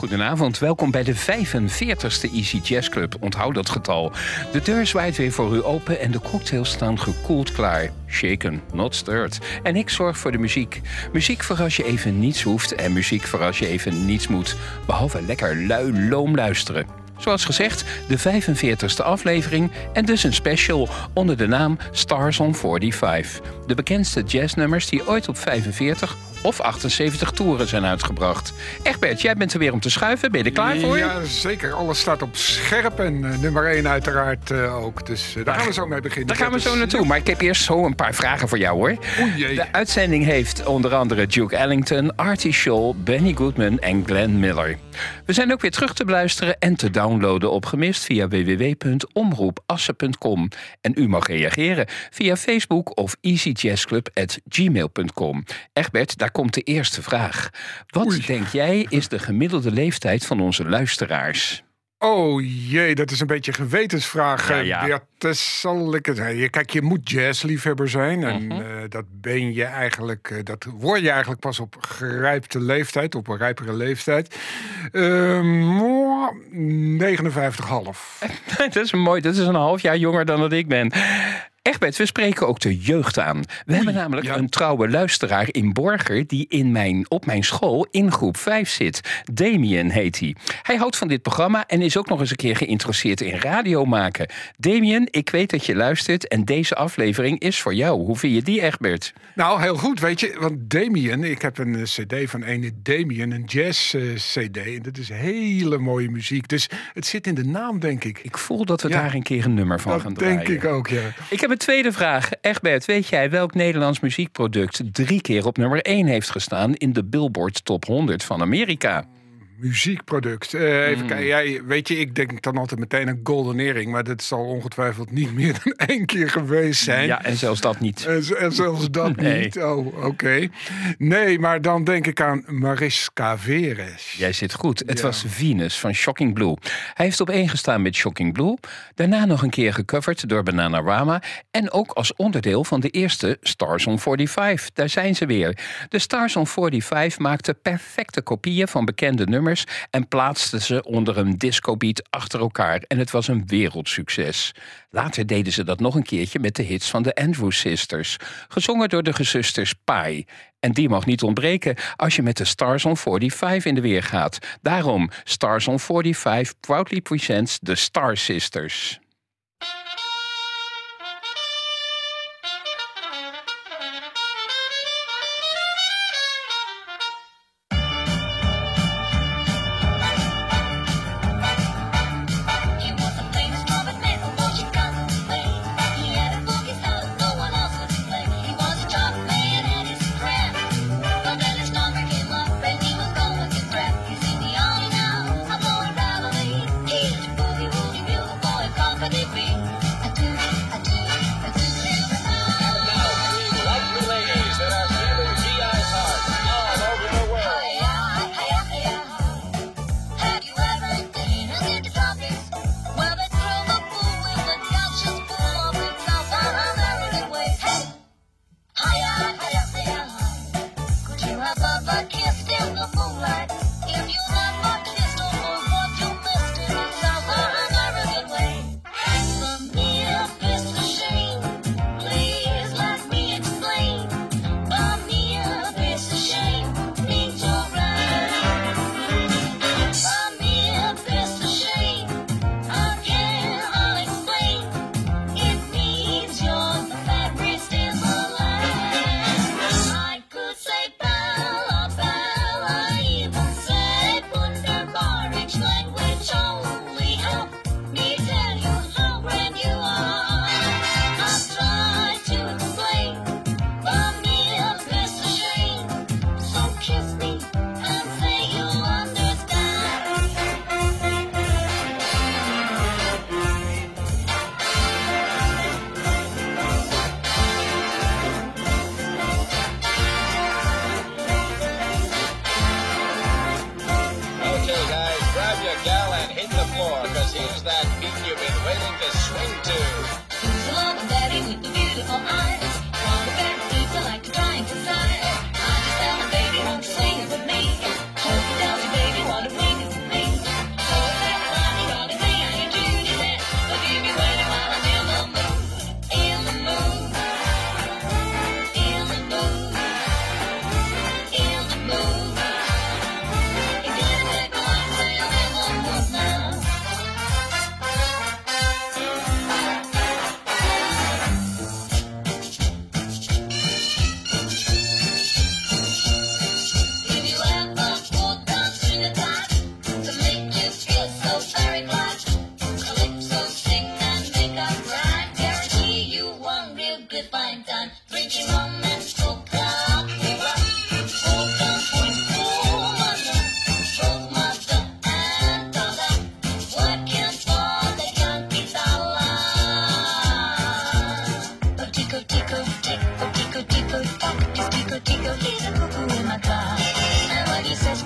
Goedenavond, welkom bij de 45ste Easy Jazz Club. Onthoud dat getal. De deur zwaait weer voor u open en de cocktails staan gekoeld klaar. Shaken, not stirred. En ik zorg voor de muziek. Muziek voor als je even niets hoeft en muziek voor als je even niets moet. Behalve lekker lui loom luisteren. Zoals gezegd, de 45ste aflevering en dus een special onder de naam Stars on 45. De bekendste jazznummers die ooit op 45 of 78 toeren zijn uitgebracht. Egbert, jij bent er weer om te schuiven. Ben je er klaar voor? Ja, zeker. Alles staat op scherp en nummer 1 uiteraard ook. Dus daar gaan we zo mee beginnen. Daar gaan we zo naartoe. Maar ik heb eerst zo een paar vragen voor jou, hoor. Oei, jee. De uitzending heeft onder andere Duke Ellington, Artie Shaw, Benny Goodman en Glenn Miller. We zijn ook weer terug te beluisteren en te downloaden op Gemist via www.omroepassen.com. En u mag reageren via Facebook of easyjazzclub@gmail.com. Egbert, daar komt de eerste vraag. Wat denk jij is de gemiddelde leeftijd van onze luisteraars? Oh jee, dat is een beetje een gewetensvraag. Ja. Dat zal ik het zeggen. Kijk, je moet jazzliefhebber zijn. En dat ben je eigenlijk, dat word je eigenlijk pas op gerijpte leeftijd, op een rijpere leeftijd. 59,5. Dat is mooi, dat is een half jaar jonger dan dat ik ben. Egbert, we spreken ook de jeugd aan. We hebben namelijk een trouwe luisteraar in Borger die op mijn school in groep 5 zit. Damien heet hij. Hij houdt van dit programma en is ook nog eens een keer geïnteresseerd in radio maken. Damien, ik weet dat je luistert en deze aflevering is voor jou. Hoe vind je die, Egbert? Nou, heel goed, weet je. Want Damien, ik heb een cd van ene Damien, een jazz-cd. En dat is hele mooie muziek. Dus het zit in de naam, denk ik. Ik voel dat we daar een keer een nummer van gaan draaien. Dat denk ik ook, ja. Ik heb een tweede vraag. Egbert, weet jij welk Nederlands muziekproduct 3 keer op nummer 1 heeft gestaan in de Billboard Top 100 van Amerika? Muziekproduct. Even kijken. Weet je, ik denk dan altijd meteen aan Golden Earring, maar dat zal ongetwijfeld niet meer dan 1 keer geweest zijn. Ja, en zelfs dat niet. En zelfs dat niet. Oh, oké. Nee, maar dan denk ik aan Mariska Veres. Jij zit goed. Het was Venus van Shocking Blue. Hij heeft op 1 gestaan met Shocking Blue. Daarna nog een keer gecoverd door Bananarama. En ook als onderdeel van de eerste Stars on 45. Daar zijn ze weer. De Stars on 45 maakten perfecte kopieën van bekende nummers en plaatsten ze onder een discobeat achter elkaar. En het was een wereldsucces. Later deden ze dat nog een keertje met de hits van de Andrews Sisters. Gezongen door de gezusters Pai. En die mag niet ontbreken als je met de Stars on 45 in de weer gaat. Daarom, Stars on 45 proudly presents the Star Sisters.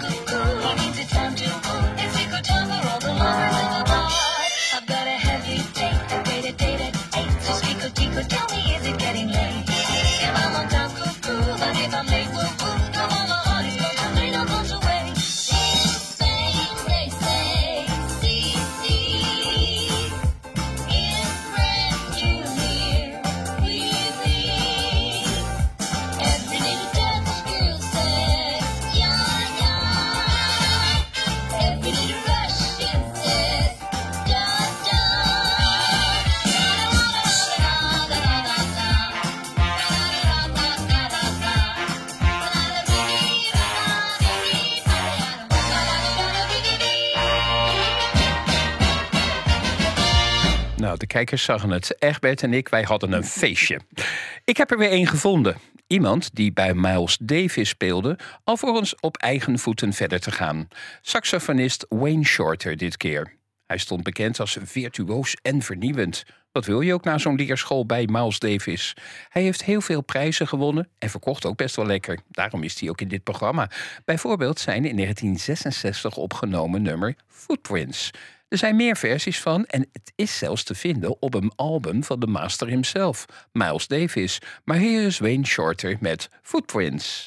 cuckoo. He means it's time to move. It's secret time for all the lovers in the bar. I've got a heavy date, a date at 8. So speak a tico, tell me, is it getting late? If I'm on time, cuckoo, but if I'm late, woo woo. Come on, my heart is broken, three no goes away. They say, see, in friend you hear, we. Every little Dutch girl says, yeah, yeah. Every little Russian says, da, da. Nou, de kijkers zagen het. Egbert en ik, wij hadden een feestje. Ik heb er weer één gevonden. Iemand die bij Miles Davis speelde, alvorens op eigen voeten verder te gaan. Saxofonist Wayne Shorter dit keer. Hij stond bekend als virtuoos en vernieuwend. Wat wil je ook na zo'n leerschool bij Miles Davis? Hij heeft heel veel prijzen gewonnen en verkocht ook best wel lekker. Daarom is hij ook in dit programma. Bijvoorbeeld zijn in 1966 opgenomen nummer Footprints. Er zijn meer versies van en het is zelfs te vinden op een album van de master himself, Miles Davis. Maar hier is Wayne Shorter met Footprints.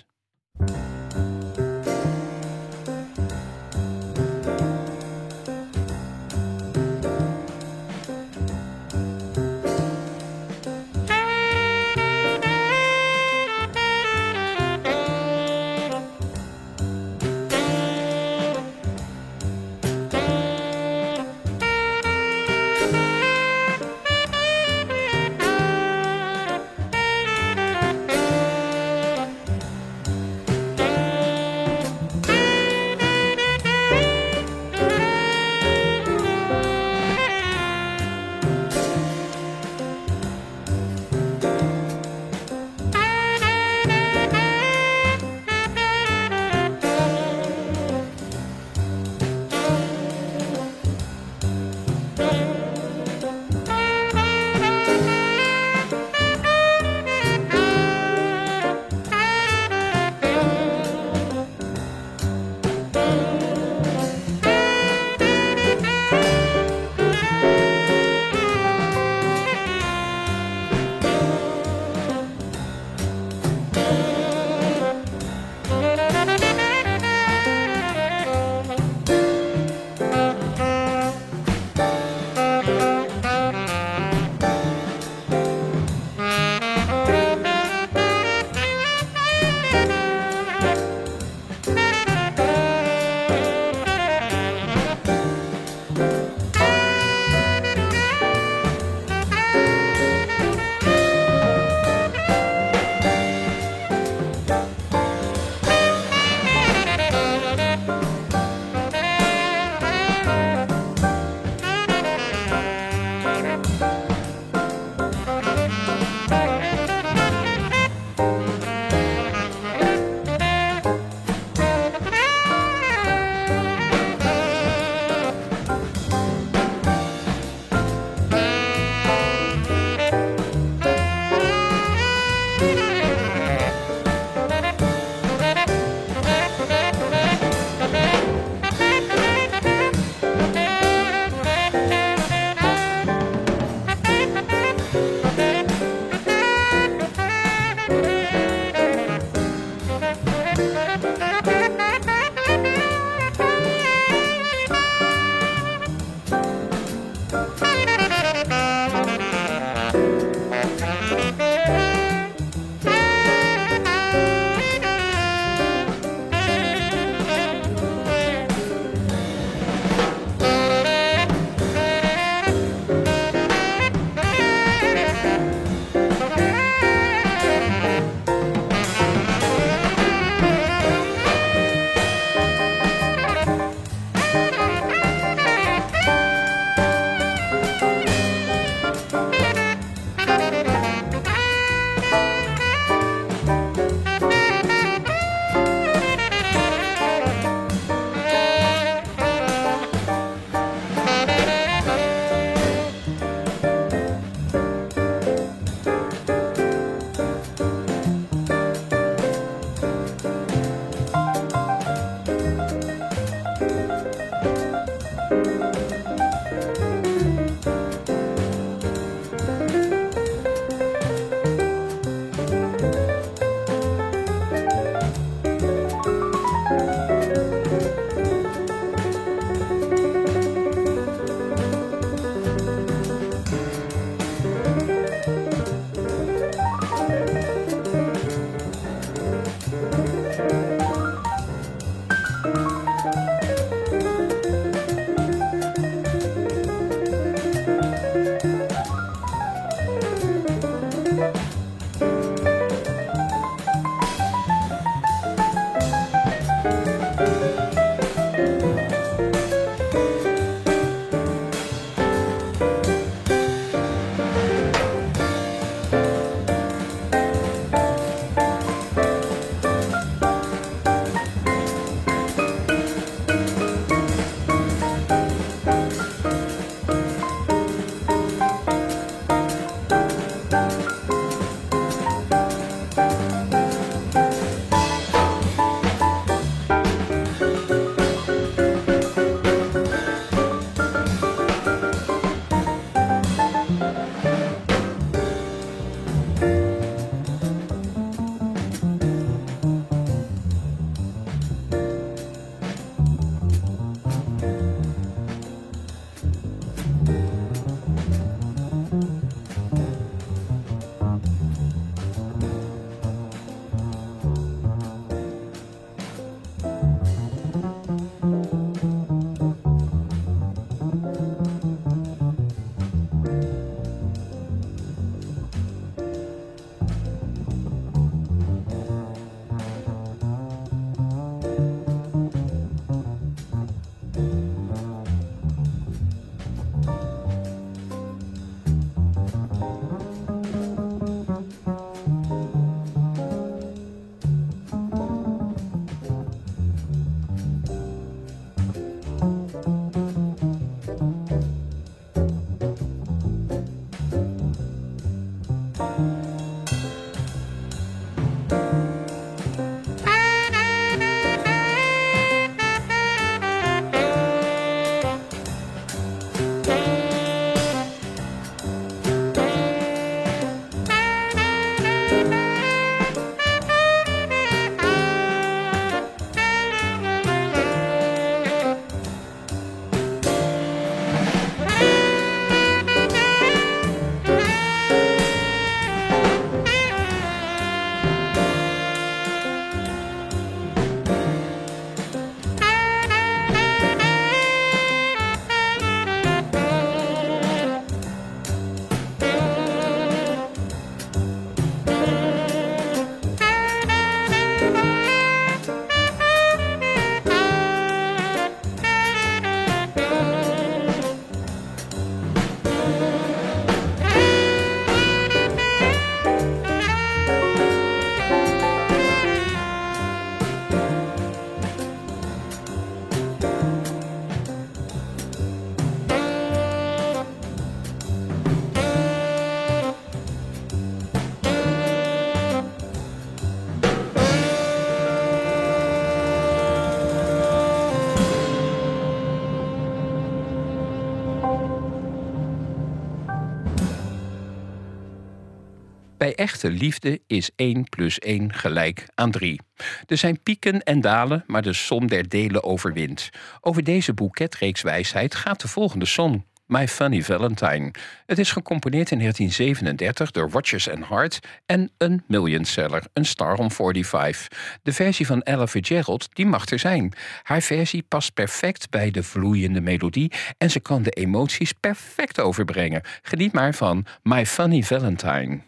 Bij echte liefde is 1 + 1 gelijk aan 3. Er zijn pieken en dalen, maar de som der delen overwint. Over deze boeketreeks wijsheid gaat de volgende song. My Funny Valentine. Het is gecomponeerd in 1937 door Rodgers and Hart en een millionseller, een star on 45. De versie van Ella Fitzgerald, die mag er zijn. Haar versie past perfect bij de vloeiende melodie en ze kan de emoties perfect overbrengen. Geniet maar van My Funny Valentine.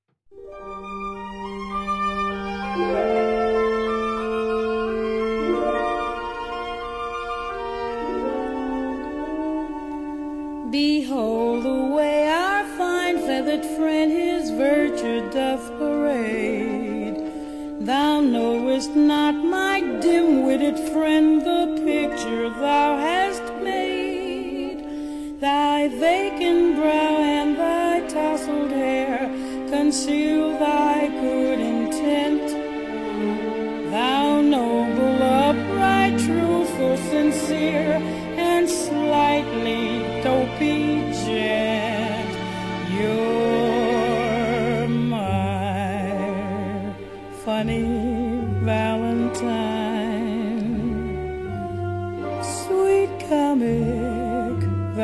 Behold the way our fine feathered friend his virtue doth parade. Thou knowest not, my dim-witted friend, the picture thou hast made. Thy vacant brow and thy tousled hair conceal thy good intent. Thou noble, upright, truthful, sincere, and slightly dopey gent, you're my funny Valentine, sweet comic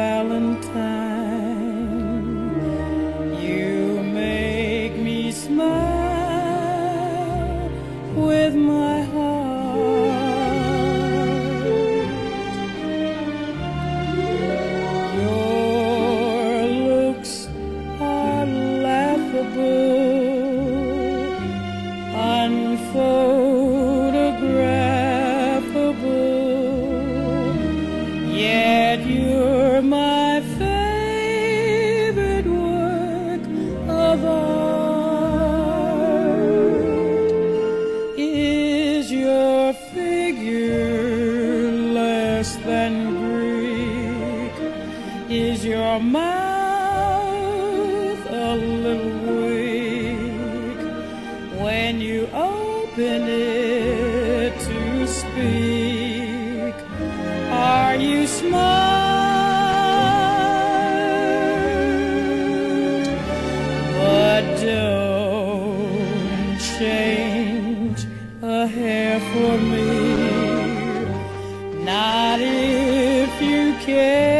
Valentine. You make me smile with my heart. Your mouth a little weak when you open it to speak? Are you smart? But don't change a hair for me, not if you care.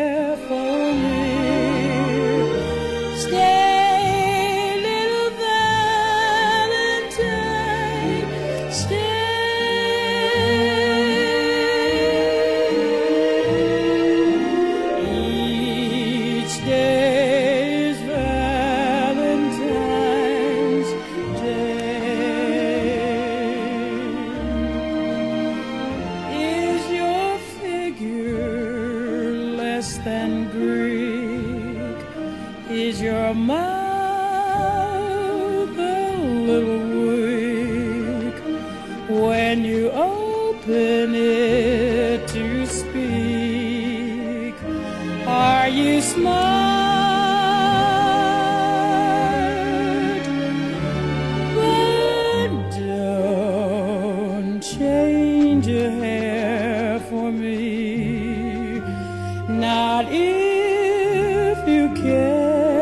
Is your mouth a little weak when you open it to speak? Are you smart? But don't change a hair for me, not if you care.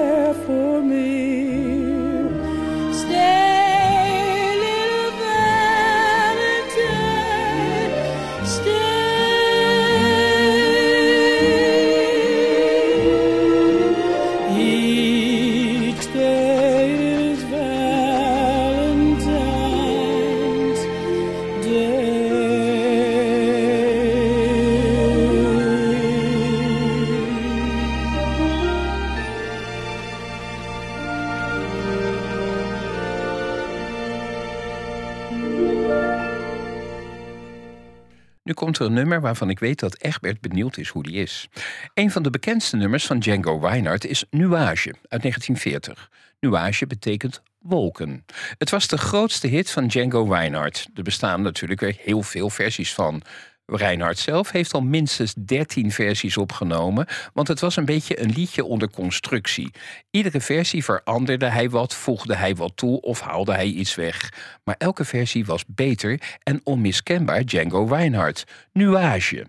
Nu komt er een nummer waarvan ik weet dat Egbert benieuwd is hoe die is. Een van de bekendste nummers van Django Reinhardt is Nuage uit 1940. Nuage betekent wolken. Het was de grootste hit van Django Reinhardt. Er bestaan natuurlijk weer heel veel versies van. Reinhardt zelf heeft al minstens 13 versies opgenomen, want het was een beetje een liedje onder constructie. Iedere versie veranderde hij wat, voegde hij wat toe of haalde hij iets weg. Maar elke versie was beter en onmiskenbaar Django Reinhardt. Nuage.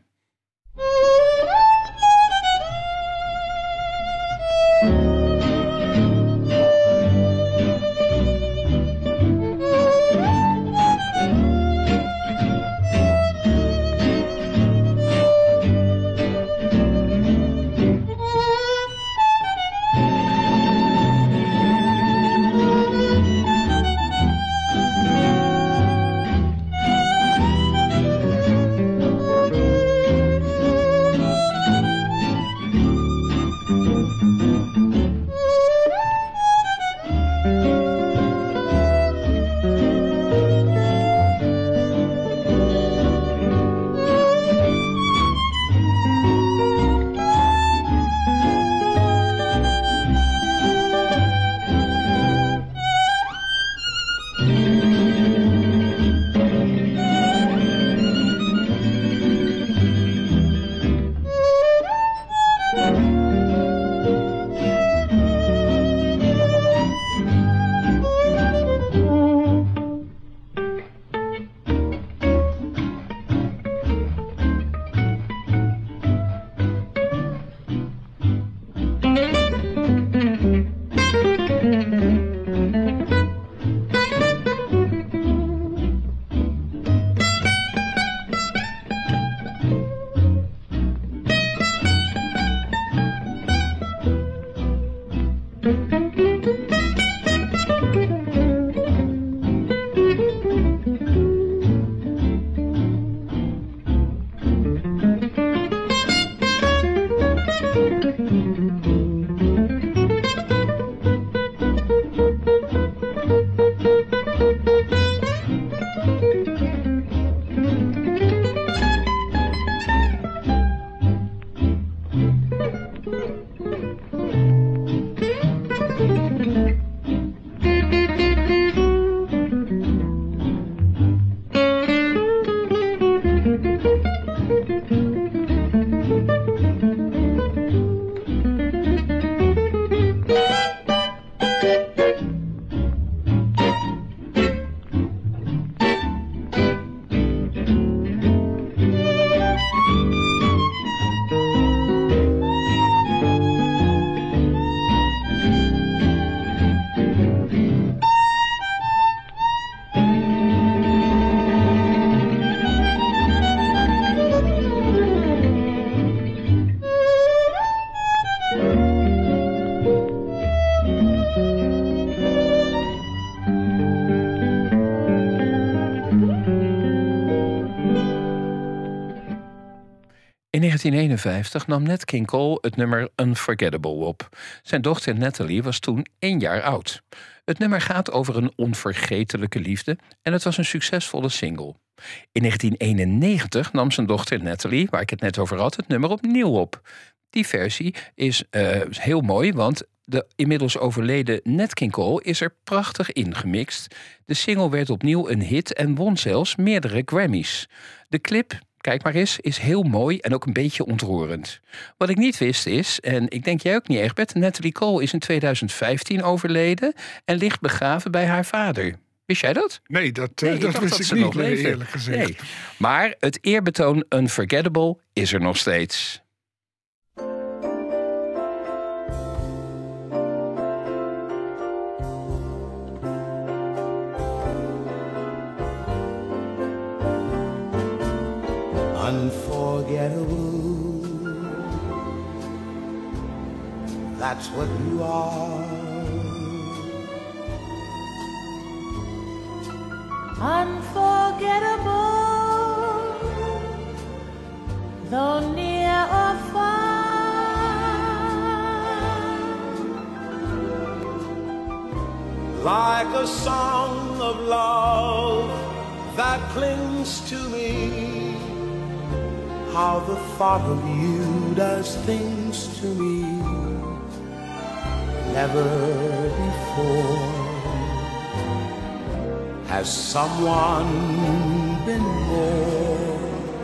In 1951 nam Nat King Cole het nummer Unforgettable op. Zijn dochter Natalie was toen 1 jaar oud. Het nummer gaat over een onvergetelijke liefde en het was een succesvolle single. In 1991 nam zijn dochter Natalie, waar ik het net over had, het nummer opnieuw op. Die versie is heel mooi, want de inmiddels overleden Nat King Cole is er prachtig ingemixt. De single werd opnieuw een hit en won zelfs meerdere Grammys. De clip, kijk maar eens, is heel mooi en ook een beetje ontroerend. Wat ik niet wist is, en ik denk jij ook niet, Egbert, Natalie Cole is in 2015 overleden en ligt begraven bij haar vader. Wist jij dat? Nee, dat Nee, dacht wist dat ik ze niet, nog leefde. eerlijk gezegd. Nee. Maar het eerbetoon Unforgettable is er nog steeds. Unforgettable, that's what you are. Unforgettable, though near or far. Like a song of love that clings to me. How the thought of you does things to me never before has someone been more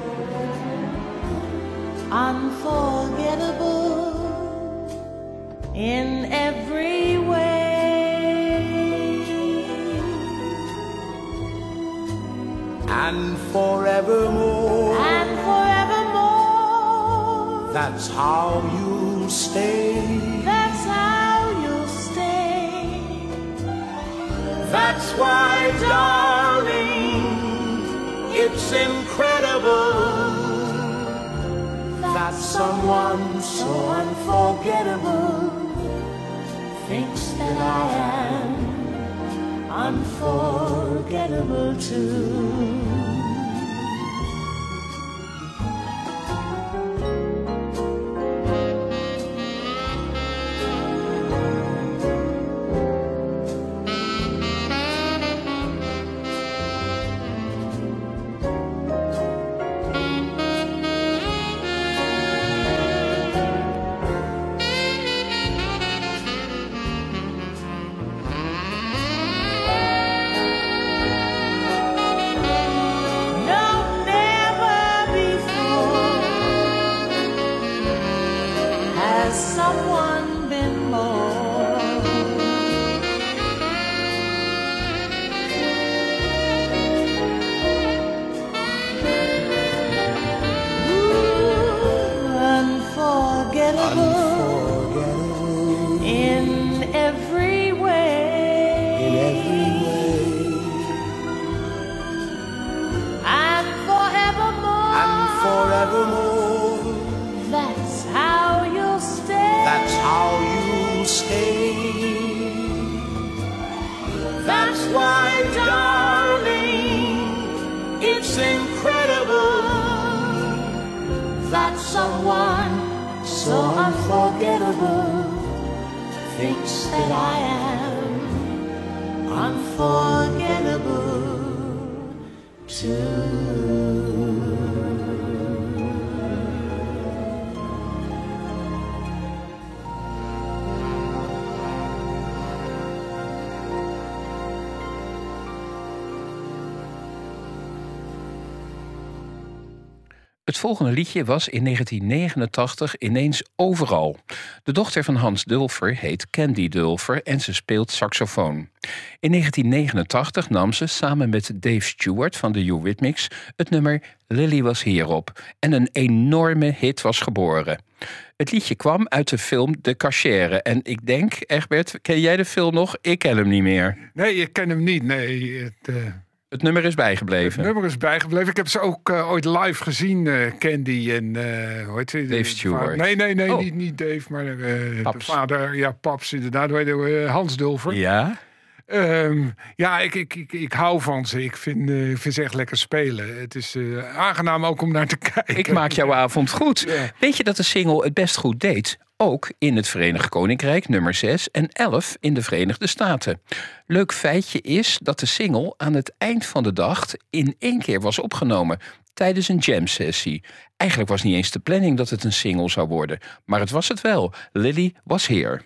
Unforgettable in every way. and forevermore. And forevermore, That's how you'll stay. that's how you'll stay. That's why, darling, it's incredible that someone so unforgettable Thinks that I am unforgettable too. No, never before has someone been more unforgettable unforgettable in every way. in every way. And forevermore, And forevermore, that's how you'll stay. that's how you'll stay. That's why, darling, it's incredible that someone so unforgettable thinks that I am unforgettable too. Het volgende liedje was in 1989 ineens overal. De dochter van Hans Dulfer heet Candy Dulfer en ze speelt saxofoon. In 1989 nam ze samen met Dave Stewart van de Eurythmics het nummer Lily Was Here op. En een enorme hit was geboren. Het liedje kwam uit de film De Cachère. En ik denk, Egbert, ken jij de film nog? Ik ken hem niet meer. Nee, ik ken hem niet. Nee, Het nummer is bijgebleven. het nummer is bijgebleven. Ik heb ze ook ooit live gezien, Candy en hoe heet ze? Dave Stewart. Nee, Oh. niet Dave, maar de Paps. vader. Ja, Paps inderdaad. Hans Dulfer. Ja? Ja, ik hou van ze. Ik vind ze echt lekker spelen. Het is aangenaam ook om naar te kijken. Ik maak jouw avond goed. Ja. Weet je dat de single het best goed deed? Ook in het Verenigd Koninkrijk, nummer 6 en 11 in de Verenigde Staten. Leuk feitje is dat de single aan het eind van de dag in 1 keer was opgenomen tijdens een jam-sessie. Eigenlijk was niet eens de planning dat het een single zou worden, maar het was het wel. Lily Was Here.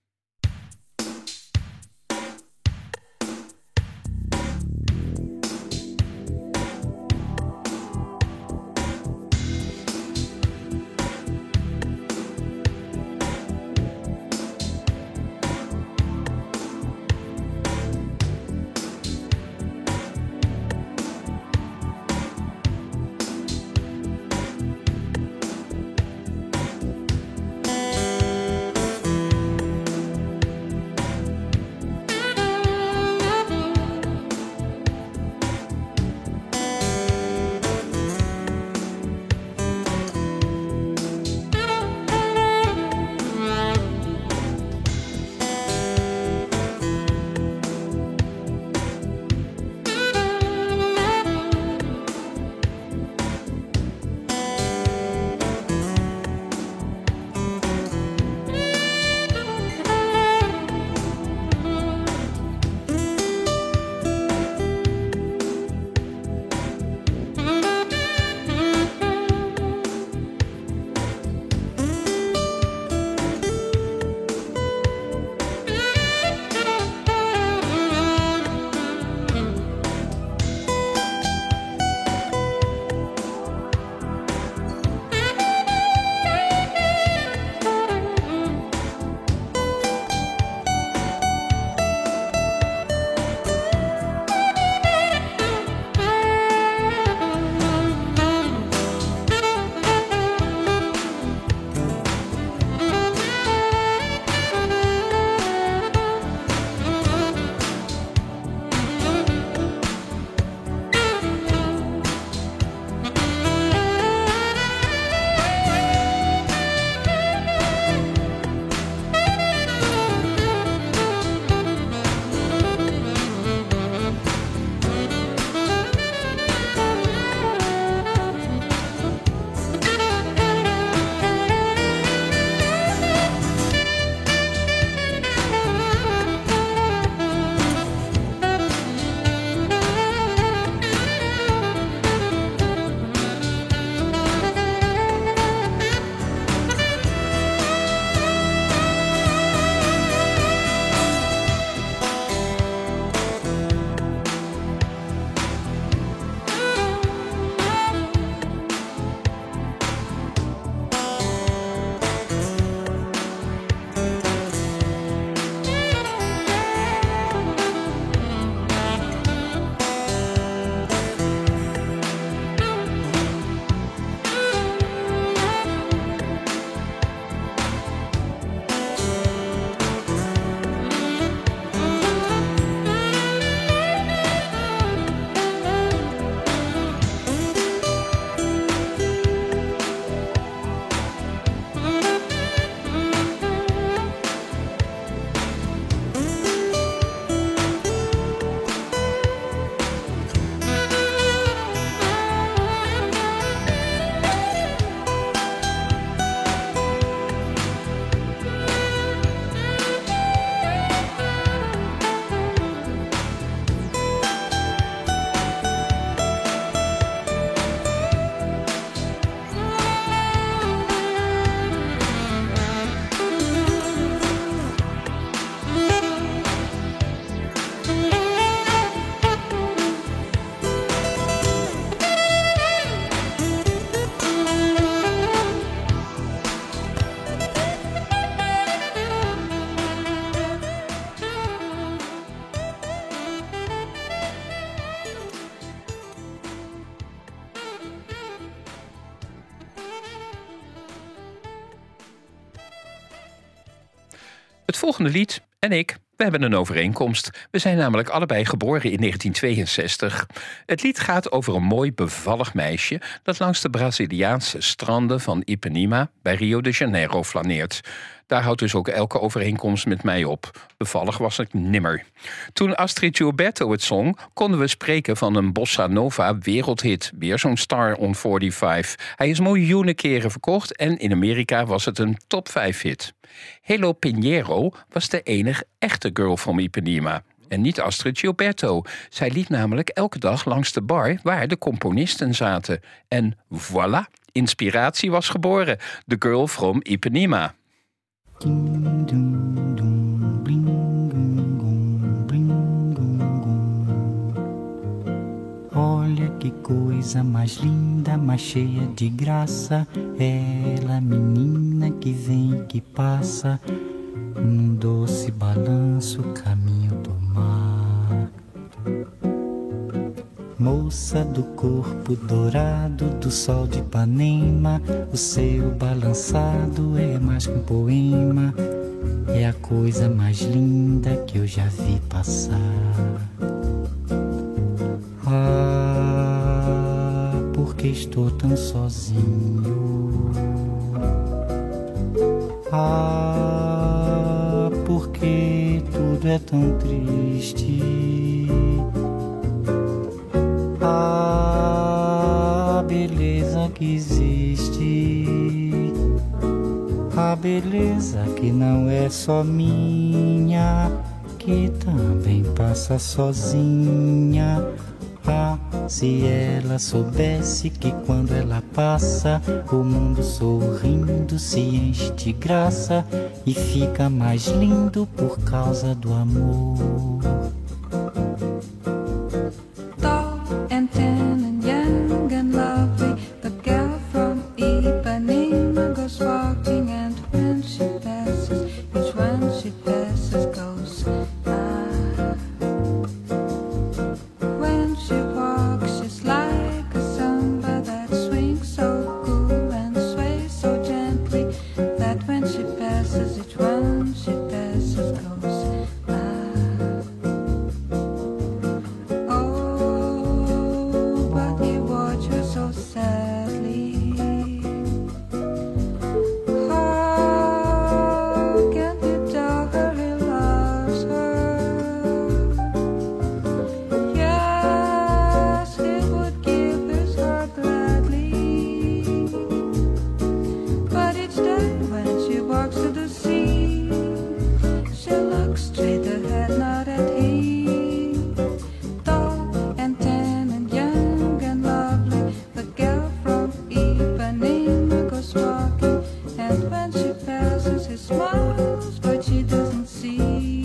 Het volgende lied en ik, we hebben een overeenkomst. We zijn namelijk allebei geboren in 1962. Het lied gaat over een mooi bevallig meisje dat langs de Braziliaanse stranden van Ipanema bij Rio de Janeiro flaneert. Daar houdt dus ook elke overeenkomst met mij op. Bevallig was ik nimmer. Toen Astrid Gilberto het zong, konden we spreken van een bossa nova wereldhit. Weer zo'n star on 45. Hij is miljoenen keren verkocht en in Amerika was het een top 5 hit. Helo Pinheiro was de enige echte girl from Ipanema. En niet Astrid Gilberto. Zij liep namelijk elke dag langs de bar waar de componisten zaten. En voilà, inspiratie was geboren. The Girl from Ipanema. Olha que coisa mais linda, mais cheia de graça. Ela, menina que vem e que passa, num doce balanço, caminho do mar. Moça do corpo dourado do sol de Ipanema, o seu balançado é mais que um poema. É a coisa mais linda que eu já vi passar. Ah, porque estou tão sozinho. Ah, porque tudo é tão triste. A beleza que existe, a beleza que não é só minha, que também passa sozinha. Ah, se ela soubesse que quando ela passa, o mundo sorrindo se enche de graça e fica mais lindo por causa do amor. Tall and tan and young and lovely, the girl from Ipanema goes walking, and when she passes, each one she passes goes by. When she walks, she's like a samba that swings so cool and sways so gently, that when she passes, each one she passes goes by. Oh, but he watched her so sadly. How can he tell her he loves her? Yes, he would give his heart gladly. But each day when she walks to the sea, she looks straight ahead, not at him. Tall and tan and young and lovely, the girl from Ipanema goes walking, and when she passes, he smiles, but she doesn't see.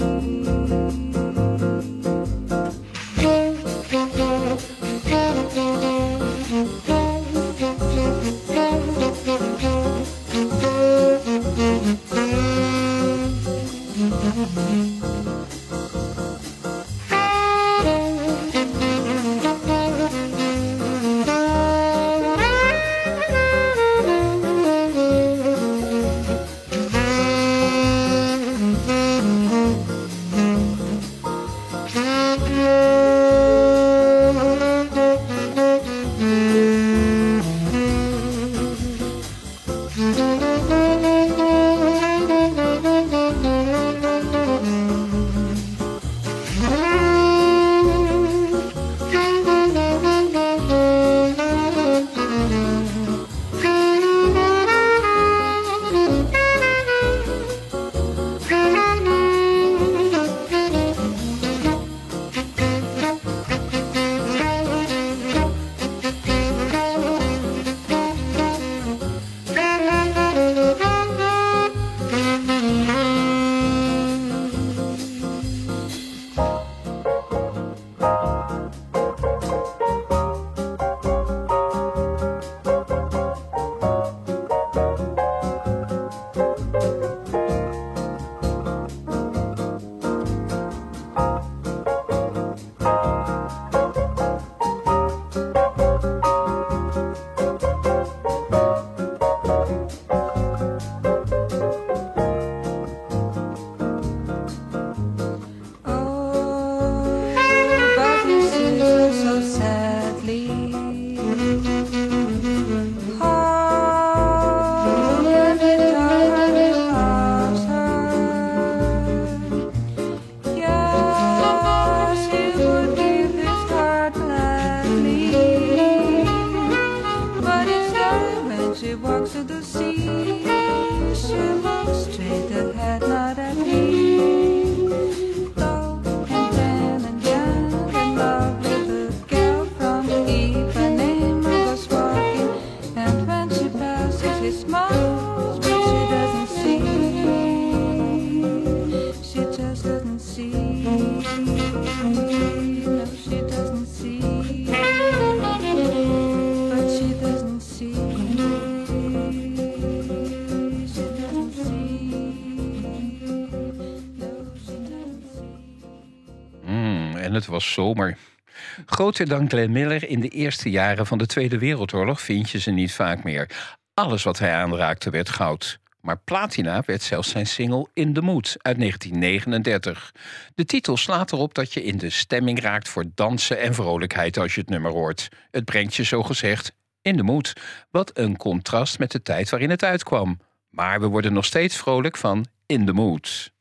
She smiles, but she doesn't see. She just doesn't see. No, she doesn't see. But she doesn't see. She doesn't see. No, she doesn't see. En het was zomer. Groter dan Glenn Miller in de eerste jaren van de Tweede Wereldoorlog vind je ze niet vaak meer. Alles wat hij aanraakte werd goud. Maar platina werd zelfs zijn single In the Mood uit 1939. De titel slaat erop dat je in de stemming raakt voor dansen en vrolijkheid als je het nummer hoort. Het brengt je zogezegd in de mood. Wat een contrast met de tijd waarin het uitkwam. Maar we worden nog steeds vrolijk van In the Mood.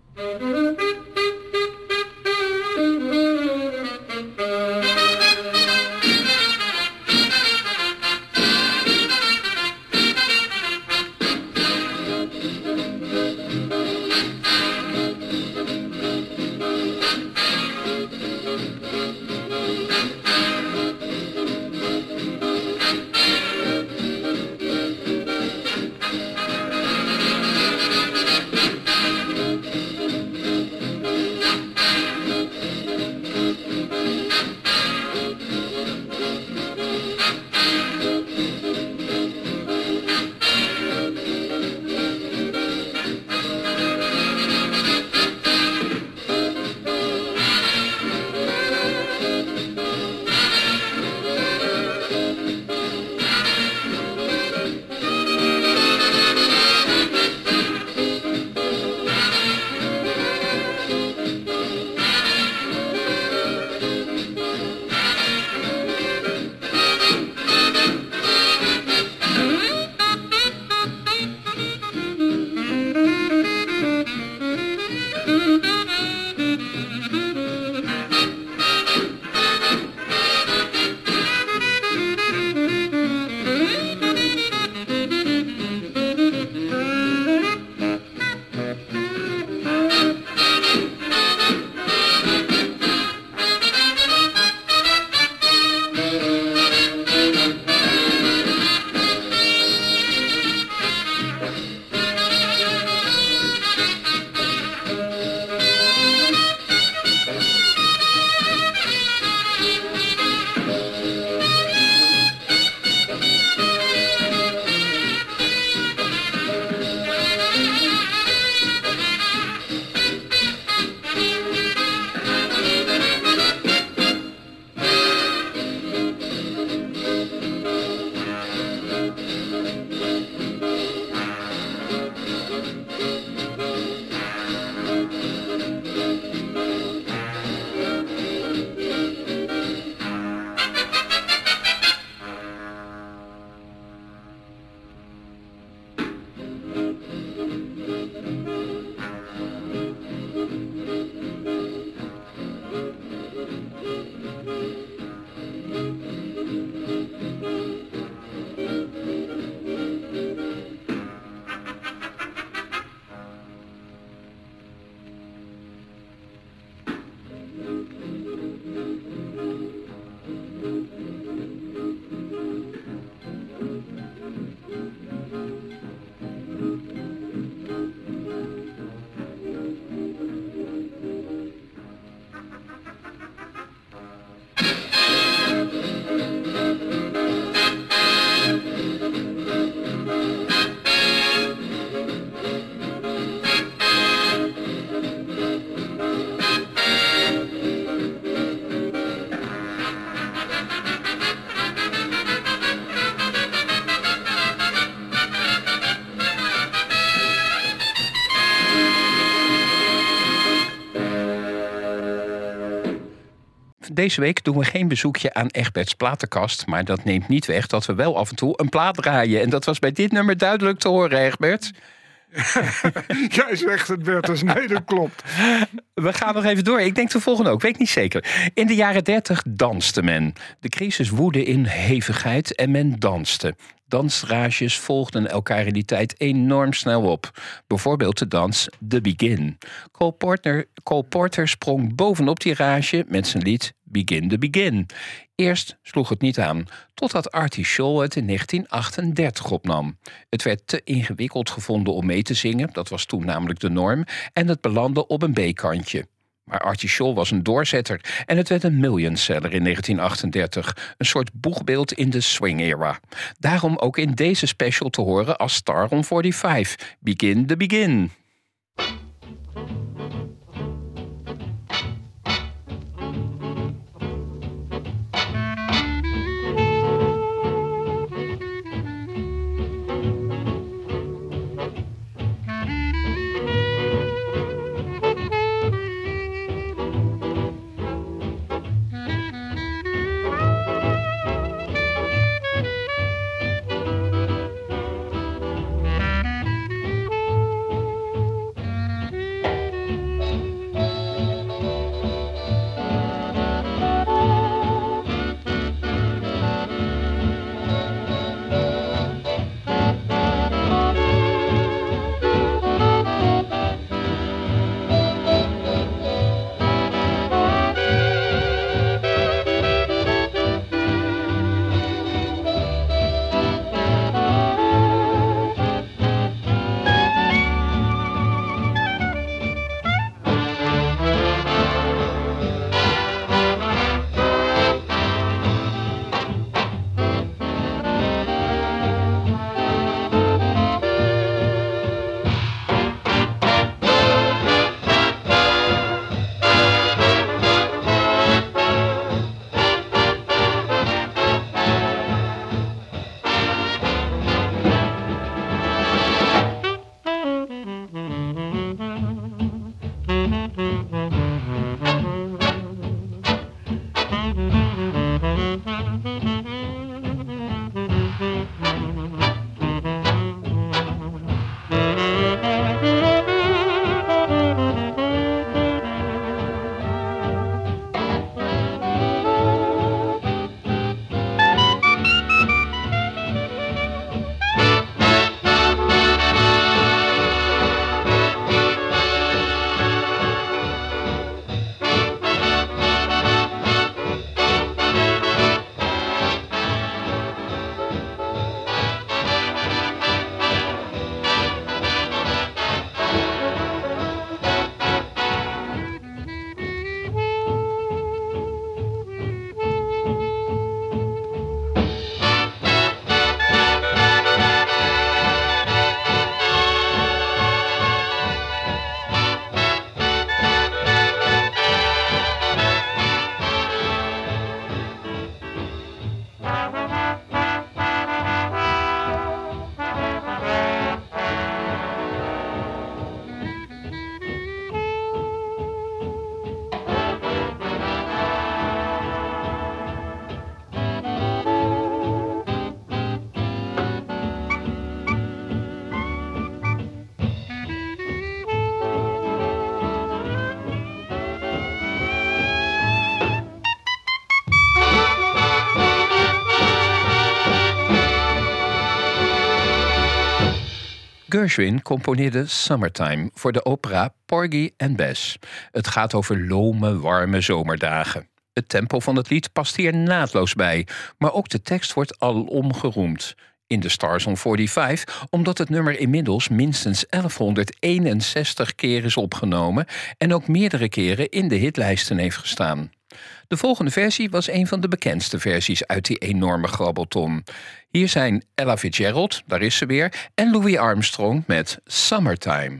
Deze week doen we geen bezoekje aan Egberts platenkast, maar dat neemt niet weg dat we wel af en toe een plaat draaien. En dat was bij dit nummer duidelijk te horen, Egbert. Jij zegt het, Bertus. Nee, dat klopt. We gaan nog even door. Ik denk de volgende ook, weet niet zeker. In de jaren 30 danste men. De crisis woedde in hevigheid en men danste. Dansrages volgden elkaar in die tijd enorm snel op. Bijvoorbeeld de dans The Begin. Cole Porter sprong bovenop die rage met zijn lied Begin the Begin. Eerst sloeg het niet aan, totdat Artie Shaw het in 1938 opnam. Het werd te ingewikkeld gevonden om mee te zingen, dat was toen namelijk de norm, en het belandde op een B-kantje. Maar Artie Shaw was een doorzetter en het werd een millionseller in 1938. Een soort boegbeeld in de swing-era. Daarom ook in deze special te horen als Star on 45. Begin the Begin. Gershwin componeerde Summertime voor de opera Porgy and Bess. Het gaat over lome, warme zomerdagen. Het tempo van het lied past hier naadloos bij, maar ook de tekst wordt alom geroemd. In de Stars on 45, omdat het nummer inmiddels minstens 1161 keer is opgenomen en ook meerdere keren in de hitlijsten heeft gestaan. De volgende versie was een van de bekendste versies uit die enorme grabbelton. Hier zijn Ella Fitzgerald, daar is ze weer, en Louis Armstrong met Summertime.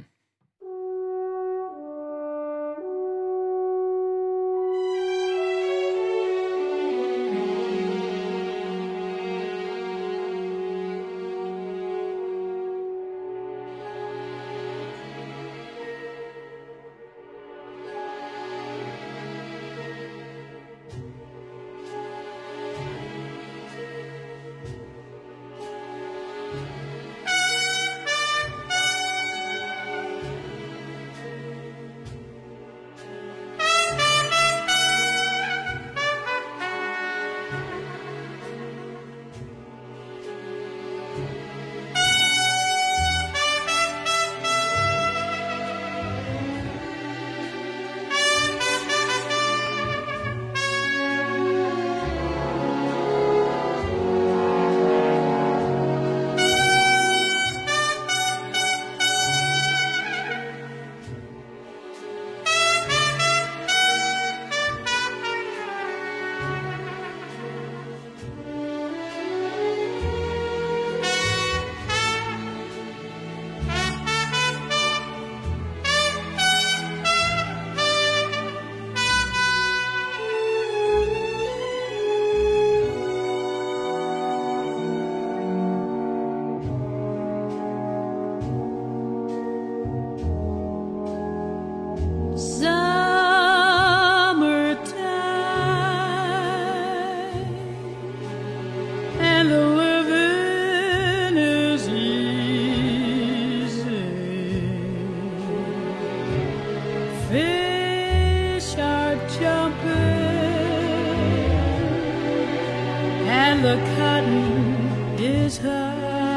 and the cotton is high.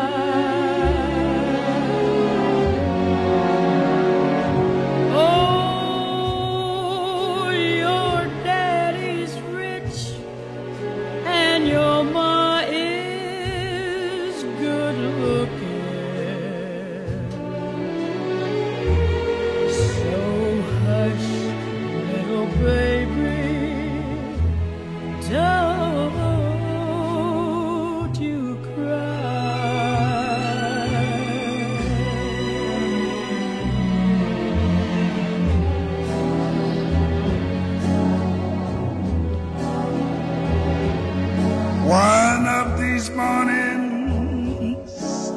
Oh, your daddy's rich and your ma is good looking. So hush, little baby, don't you cry. One of these mornings,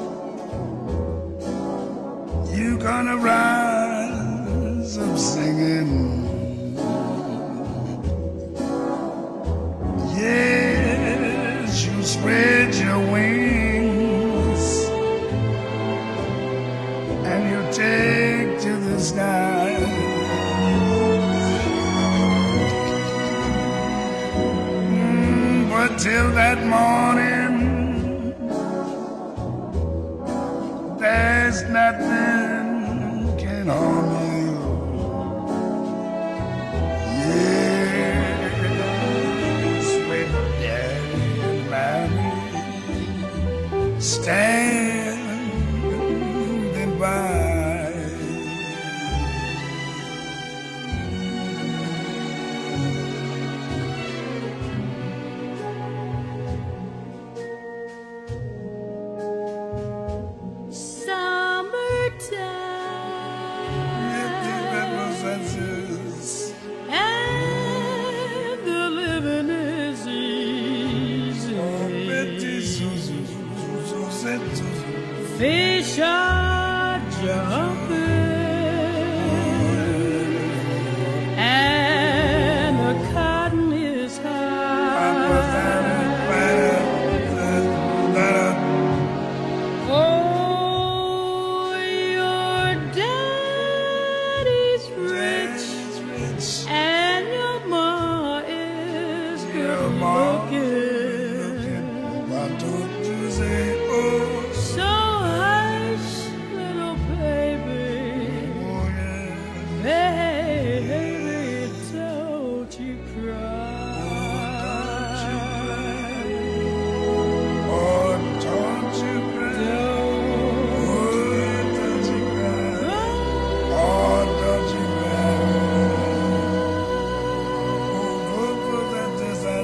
you gonna rise up singing. Yes, you spread your wings and you take to the sky. But till that morning, there's nothing can harm you. Standing by. Summertime and the living is easy. Fish are jumping and the cotton is high. Oh, your daddy's rich and your ma is good looking. Why don't you say, oh, So hush, little baby, oh yeah. baby, don't you cry. Oh, don't you cry. Oh, don't you cry. Oh, don't you cry. Oh, that is I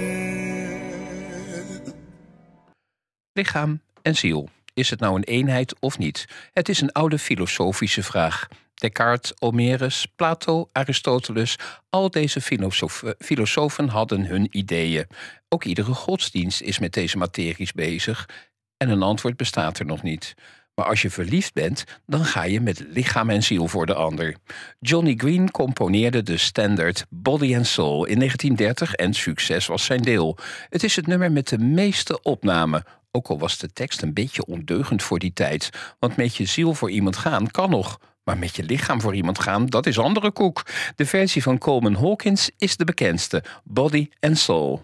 said. Lichaam en ziel. Is het nou een eenheid of niet? Het is een oude filosofische vraag. Descartes, Homerus, Plato, Aristoteles, al deze filosofen hadden hun ideeën. Ook iedere godsdienst is met deze materies bezig en een antwoord bestaat er nog niet. Maar als je verliefd bent, dan ga je met lichaam en ziel voor de ander. Johnny Green componeerde de standaard Body and Soul in 1930 en succes was zijn deel. Het is het nummer met de meeste opnamen. Ook al was de tekst een beetje ondeugend voor die tijd. Want met je ziel voor iemand gaan kan nog. Maar met je lichaam voor iemand gaan, dat is andere koek. De versie van Coleman Hawkins is de bekendste. Body and Soul.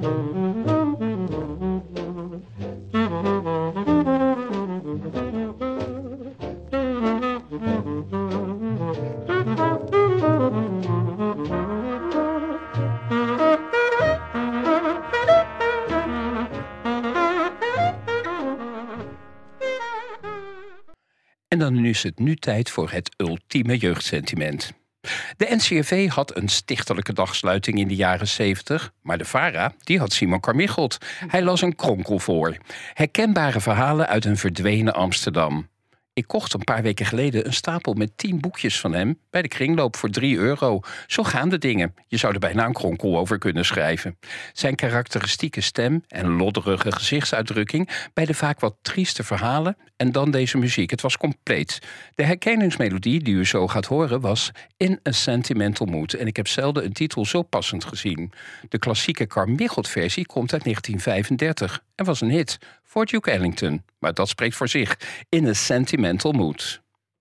En dan is het nu tijd voor het ultieme jeugdsentiment. De NCRV had een stichtelijke dagsluiting in de jaren 70, maar de VARA die had Simon Carmiggelt. Hij las een kronkel voor. Herkenbare verhalen uit een verdwenen Amsterdam. Ik kocht een paar weken geleden een stapel met 10 boekjes van hem bij de kringloop voor €3. Zo gaan de dingen. Je zou er bijna een kronkel over kunnen schrijven. Zijn karakteristieke stem en lodderige gezichtsuitdrukking bij de vaak wat trieste verhalen en dan deze muziek. Het was compleet. De herkenningsmelodie die u zo gaat horen was In a Sentimental Mood. En ik heb zelden een titel zo passend gezien. De klassieke Carmiggelt-versie komt uit 1935 en was een hit voor Duke Ellington. Maar dat spreekt voor zich. In a Sentimental Mood.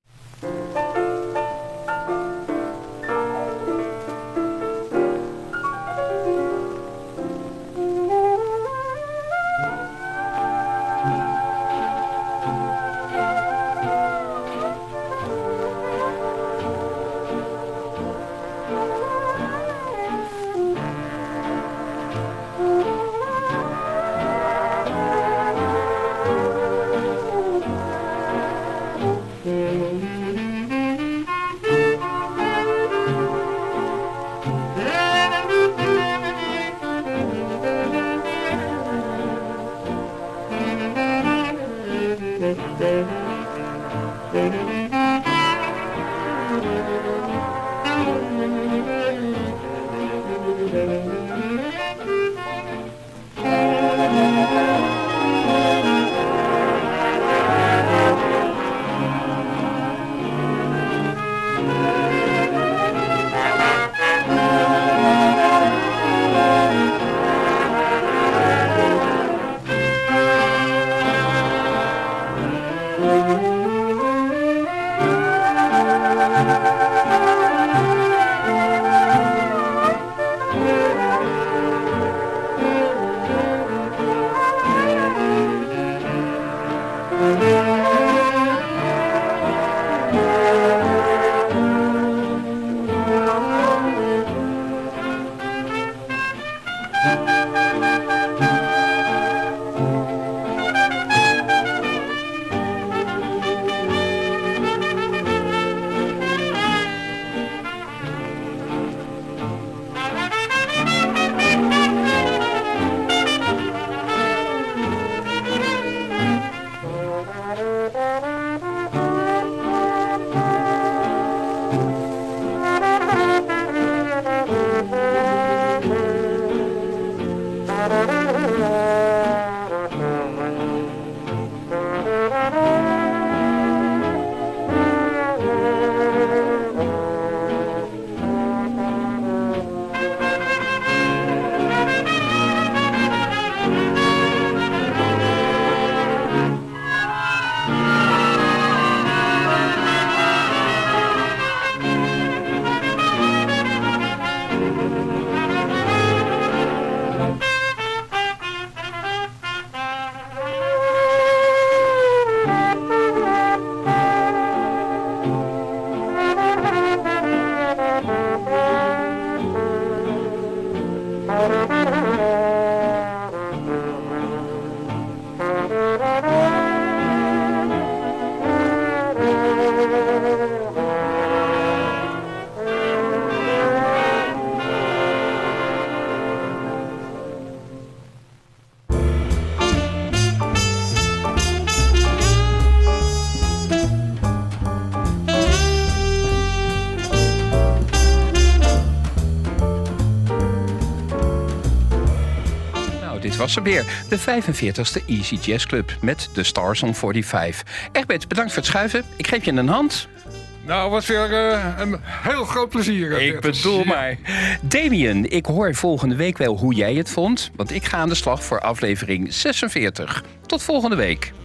Dit was er weer, de 45e Easy Jazz Club met de Stars on 45. Egbert, bedankt voor het schuiven. Ik geef je een hand. Nou, was weer een heel groot plezier. Ik bedoel maar. Damien, ik hoor volgende week wel hoe jij het vond. Want ik ga aan de slag voor aflevering 46. Tot volgende week.